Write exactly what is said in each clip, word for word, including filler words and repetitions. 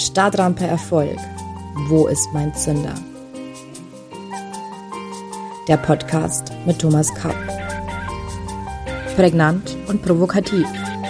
Startrampe Erfolg. Wo ist mein Zünder? Der Podcast mit Thomas Kapp. Prägnant und provokativ.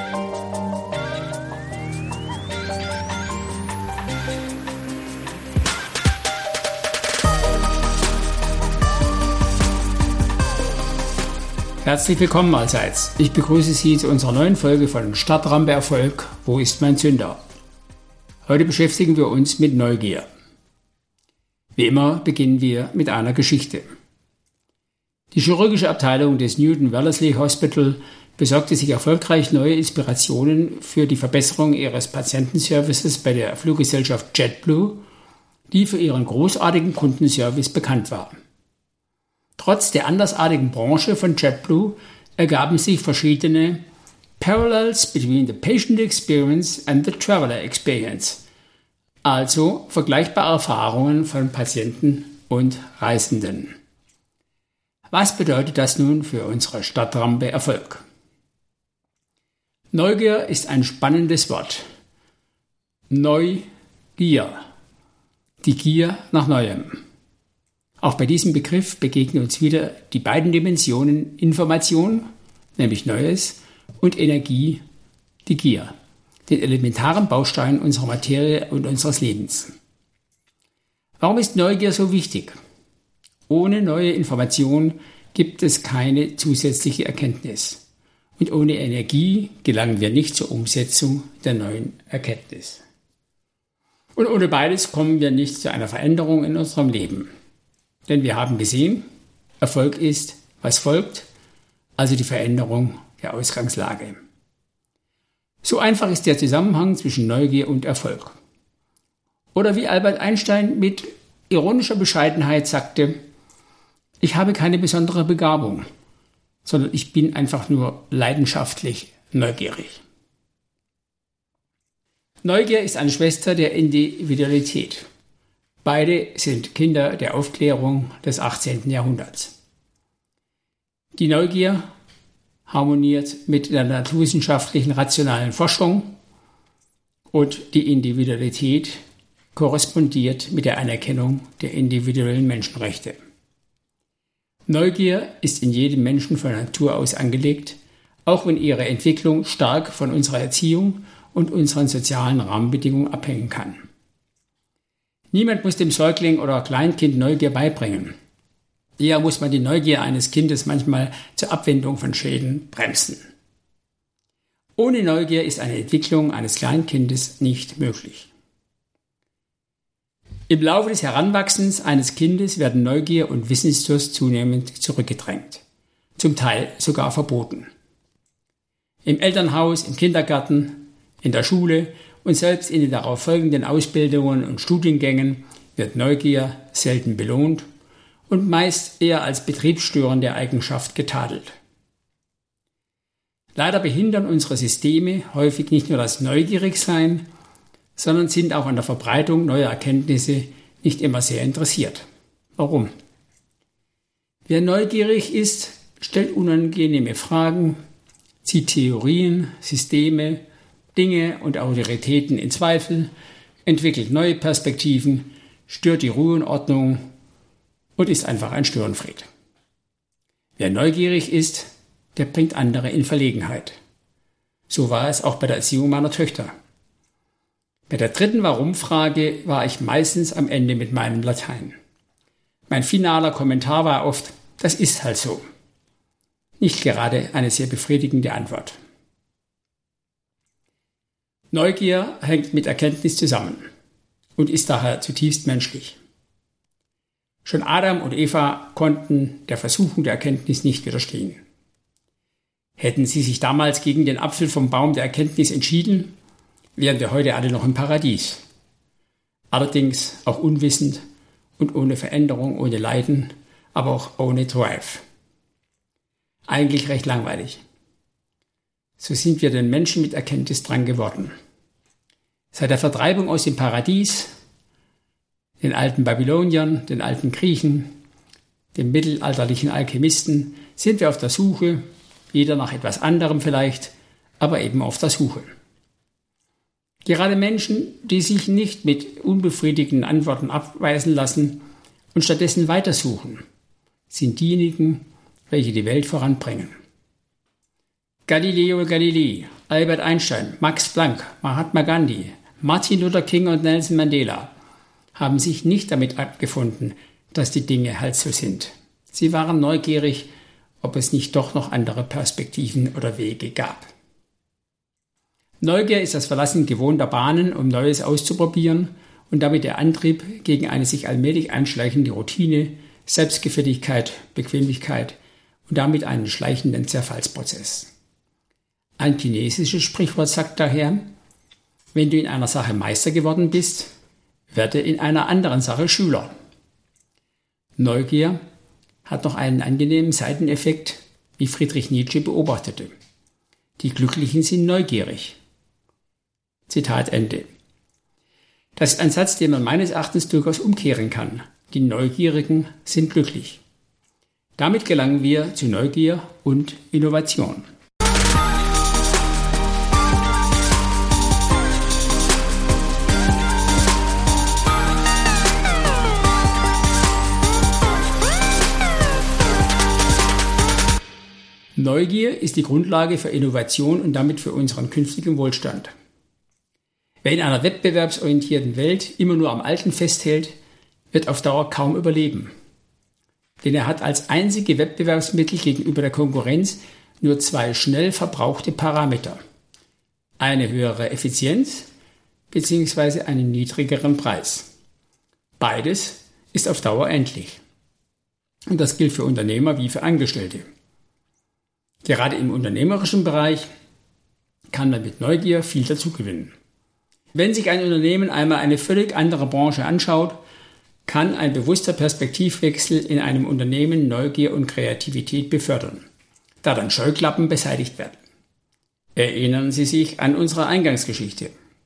Herzlich willkommen allseits. Ich begrüße Sie zu unserer neuen Folge von Startrampe Erfolg. Wo ist mein Zünder? Heute beschäftigen wir uns mit Neugier. Wie immer beginnen wir mit einer Geschichte. Die chirurgische Abteilung des Newton Wellesley Hospital besorgte sich erfolgreich neue Inspirationen für die Verbesserung ihres Patientenservices bei der Fluggesellschaft JetBlue, die für ihren großartigen Kundenservice bekannt war. Trotz der andersartigen Branche von JetBlue ergaben sich verschiedene Parallels between the patient experience and the traveler experience, also vergleichbare Erfahrungen von Patienten und Reisenden. Was bedeutet das nun für unsere Startrampe Erfolg? Neugier ist ein spannendes Wort. Neugier, die Gier nach Neuem. Auch bei diesem Begriff begegnen uns wieder die beiden Dimensionen Information, nämlich Neues, und Energie, die Gier, den elementaren Baustein unserer Materie und unseres Lebens. Warum ist Neugier so wichtig? Ohne neue Information gibt es keine zusätzliche Erkenntnis. Und ohne Energie gelangen wir nicht zur Umsetzung der neuen Erkenntnis. Und ohne beides kommen wir nicht zu einer Veränderung in unserem Leben. Denn wir haben gesehen, Erfolg ist, was folgt, also die Veränderung der Ausgangslage. So einfach ist der Zusammenhang zwischen Neugier und Erfolg. Oder wie Albert Einstein mit ironischer Bescheidenheit sagte, ich habe keine besondere Begabung, sondern ich bin einfach nur leidenschaftlich neugierig. Neugier ist eine Schwester der Individualität. Beide sind Kinder der Aufklärung des achtzehnten Jahrhunderts. Die Neugier harmoniert mit der naturwissenschaftlichen rationalen Forschung und die Individualität korrespondiert mit der Anerkennung der individuellen Menschenrechte. Neugier ist in jedem Menschen von Natur aus angelegt, auch wenn ihre Entwicklung stark von unserer Erziehung und unseren sozialen Rahmenbedingungen abhängen kann. Niemand muss dem Säugling oder Kleinkind Neugier beibringen. Eher muss man die Neugier eines Kindes manchmal zur Abwendung von Schäden bremsen. Ohne Neugier ist eine Entwicklung eines Kleinkindes nicht möglich. Im Laufe des Heranwachsens eines Kindes werden Neugier und Wissensdurst zunehmend zurückgedrängt, zum Teil sogar verboten. Im Elternhaus, im Kindergarten, in der Schule und selbst in den darauf folgenden Ausbildungen und Studiengängen wird Neugier selten belohnt und meist eher als betriebsstörende Eigenschaft getadelt. Leider behindern unsere Systeme häufig nicht nur das Neugierigsein, sondern sind auch an der Verbreitung neuer Erkenntnisse nicht immer sehr interessiert. Warum? Wer neugierig ist, stellt unangenehme Fragen, zieht Theorien, Systeme, Dinge und Autoritäten in Zweifel, entwickelt neue Perspektiven, stört die Ruhe und Ordnung und ist einfach ein Störenfried. Wer neugierig ist, der bringt andere in Verlegenheit. So war es auch bei der Erziehung meiner Töchter. Bei der dritten Warum-Frage war ich meistens am Ende mit meinem Latein. Mein finaler Kommentar war oft, das ist halt so. Nicht gerade eine sehr befriedigende Antwort. Neugier hängt mit Erkenntnis zusammen und ist daher zutiefst menschlich. Schon Adam und Eva konnten der Versuchung der Erkenntnis nicht widerstehen. Hätten sie sich damals gegen den Apfel vom Baum der Erkenntnis entschieden, wären wir heute alle noch im Paradies. Allerdings auch unwissend und ohne Veränderung, ohne Leiden, aber auch ohne Drive. Eigentlich recht langweilig. So sind wir den Menschen mit Erkenntnis dran geworden. Seit der Vertreibung aus dem Paradies, den alten Babyloniern, den alten Griechen, den mittelalterlichen Alchemisten, sind wir auf der Suche, jeder nach etwas anderem vielleicht, aber eben auf der Suche. Gerade Menschen, die sich nicht mit unbefriedigenden Antworten abweisen lassen und stattdessen weitersuchen, sind diejenigen, welche die Welt voranbringen. Galileo Galilei, Albert Einstein, Max Planck, Mahatma Gandhi, Martin Luther King und Nelson Mandela haben sich nicht damit abgefunden, dass die Dinge halt so sind. Sie waren neugierig, ob es nicht doch noch andere Perspektiven oder Wege gab. Neugier ist das Verlassen gewohnter Bahnen, um Neues auszuprobieren und damit der Antrieb gegen eine sich allmählich einschleichende Routine, Selbstgefälligkeit, Bequemlichkeit und damit einen schleichenden Zerfallsprozess. Ein chinesisches Sprichwort sagt daher: Wenn du in einer Sache Meister geworden bist, werde in einer anderen Sache Schüler. Neugier hat noch einen angenehmen Seiteneffekt, wie Friedrich Nietzsche beobachtete. Die Glücklichen sind neugierig. Zitat Ende. Das ist ein Satz, den man meines Erachtens durchaus umkehren kann. Die Neugierigen sind glücklich. Damit gelangen wir zu Neugier und Innovation. Neugier ist die Grundlage für Innovation und damit für unseren künftigen Wohlstand. Wer in einer wettbewerbsorientierten Welt immer nur am Alten festhält, wird auf Dauer kaum überleben. Denn er hat als einzige Wettbewerbsmittel gegenüber der Konkurrenz nur zwei schnell verbrauchte Parameter: eine höhere Effizienz bzw. einen niedrigeren Preis. Beides ist auf Dauer endlich. Und das gilt für Unternehmer wie für Angestellte. Gerade im unternehmerischen Bereich kann man mit Neugier viel dazu gewinnen. Wenn sich ein Unternehmen einmal eine völlig andere Branche anschaut, kann ein bewusster Perspektivwechsel in einem Unternehmen Neugier und Kreativität befördern, da dann Scheuklappen beseitigt werden. Erinnern Sie sich an unsere Eingangsgeschichte.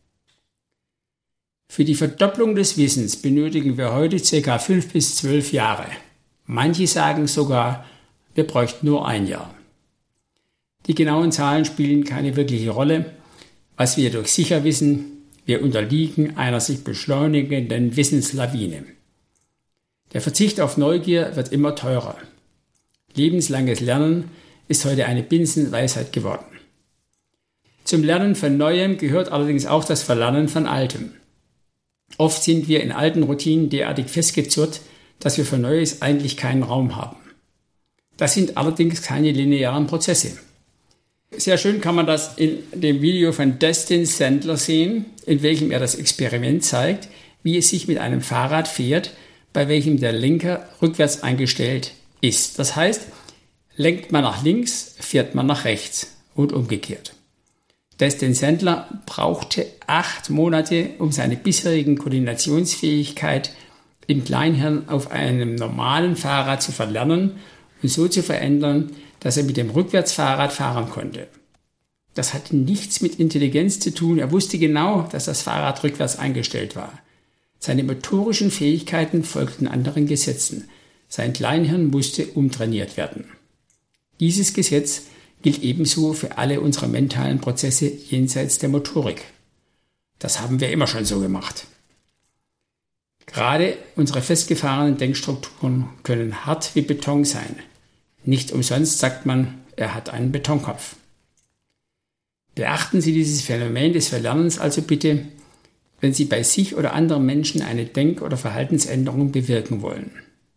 Für die Verdopplung des Wissens benötigen wir heute ca. fünf bis zwölf Jahre. Manche sagen sogar, wir bräuchten nur ein Jahr. Die genauen Zahlen spielen keine wirkliche Rolle. Was wir jedoch sicher wissen: Wir unterliegen einer sich beschleunigenden Wissenslawine. Der Verzicht auf Neugier wird immer teurer. Lebenslanges Lernen ist heute eine Binsenweisheit geworden. Zum Lernen von Neuem gehört allerdings auch das Verlernen von Altem. Oft sind wir in alten Routinen derartig festgezurrt, dass wir für Neues eigentlich keinen Raum haben. Das sind allerdings keine linearen Prozesse. Sehr schön kann man das in dem Video von Destin Sandler sehen, in welchem er das Experiment zeigt, wie es sich mit einem Fahrrad fährt, bei welchem der Lenker rückwärts eingestellt ist. Das heißt, lenkt man nach links, fährt man nach rechts und umgekehrt. Destin Sandler brauchte acht Monate, um seine bisherigen Koordinationsfähigkeit im Kleinhirn auf einem normalen Fahrrad zu verlernen und so zu verändern, dass er mit dem Rückwärtsfahrrad fahren konnte. Das hatte nichts mit Intelligenz zu tun. Er wusste genau, dass das Fahrrad rückwärts eingestellt war. Seine motorischen Fähigkeiten folgten anderen Gesetzen. Sein Kleinhirn musste umtrainiert werden. Dieses Gesetz gilt ebenso für alle unsere mentalen Prozesse jenseits der Motorik. Das haben wir immer schon so gemacht. Gerade unsere festgefahrenen Denkstrukturen können hart wie Beton sein. Nicht umsonst sagt man, er hat einen Betonkopf. Beachten Sie dieses Phänomen des Verlernens also bitte, wenn Sie bei sich oder anderen Menschen eine Denk- oder Verhaltensänderung bewirken wollen.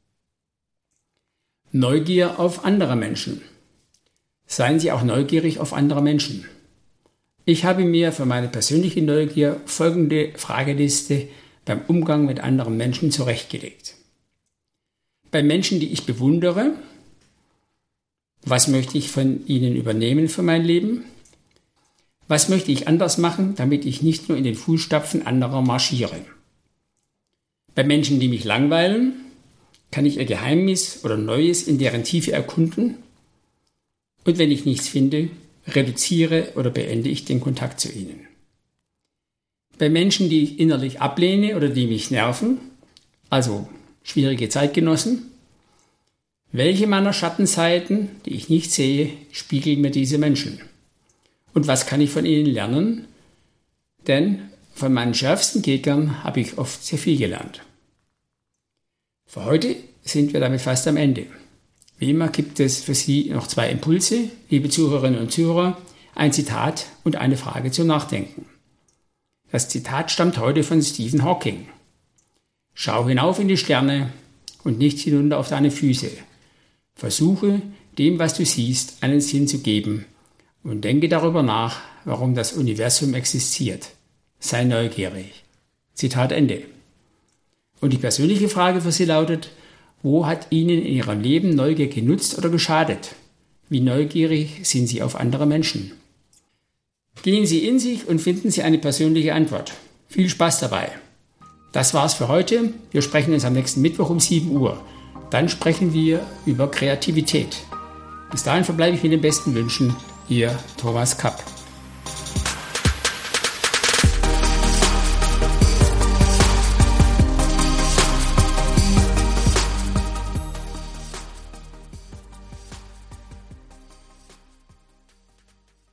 Neugier auf andere Menschen. Seien Sie auch neugierig auf andere Menschen. Ich habe mir für meine persönliche Neugier folgende Frageliste beim Umgang mit anderen Menschen zurechtgelegt. Bei Menschen, die ich bewundere: Was möchte ich von ihnen übernehmen für mein Leben? Was möchte ich anders machen, damit ich nicht nur in den Fußstapfen anderer marschiere? Bei Menschen, die mich langweilen, kann ich ihr Geheimnis oder Neues in deren Tiefe erkunden? Und wenn ich nichts finde, reduziere oder beende ich den Kontakt zu ihnen. Bei Menschen, die ich innerlich ablehne oder die mich nerven, also schwierige Zeitgenossen: Welche meiner Schattenseiten, die ich nicht sehe, spiegeln mir diese Menschen? Und was kann ich von ihnen lernen? Denn Von meinen schärfsten Gegnern habe ich oft sehr viel gelernt. Für heute sind wir damit fast am Ende. Wie immer gibt es für Sie noch zwei Impulse, liebe Zuhörerinnen und Zuhörer, ein Zitat und eine Frage zum Nachdenken. Das Zitat stammt heute von Stephen Hawking. Schau hinauf in die Sterne und nicht hinunter auf deine Füße. Versuche, dem, was du siehst, einen Sinn zu geben und denke darüber nach, warum das Universum existiert. Sei neugierig. Zitat Ende. Und die persönliche Frage für Sie lautet, wo hat Ihnen in Ihrem Leben Neugier genutzt oder geschadet? Wie neugierig sind Sie auf andere Menschen? Gehen Sie in sich und finden Sie eine persönliche Antwort. Viel Spaß dabei. Das war's für heute. Wir sprechen uns am nächsten Mittwoch um sieben Uhr. Dann sprechen wir über Kreativität. Bis dahin verbleibe ich mit den besten Wünschen. Ihr Thomas Kapp.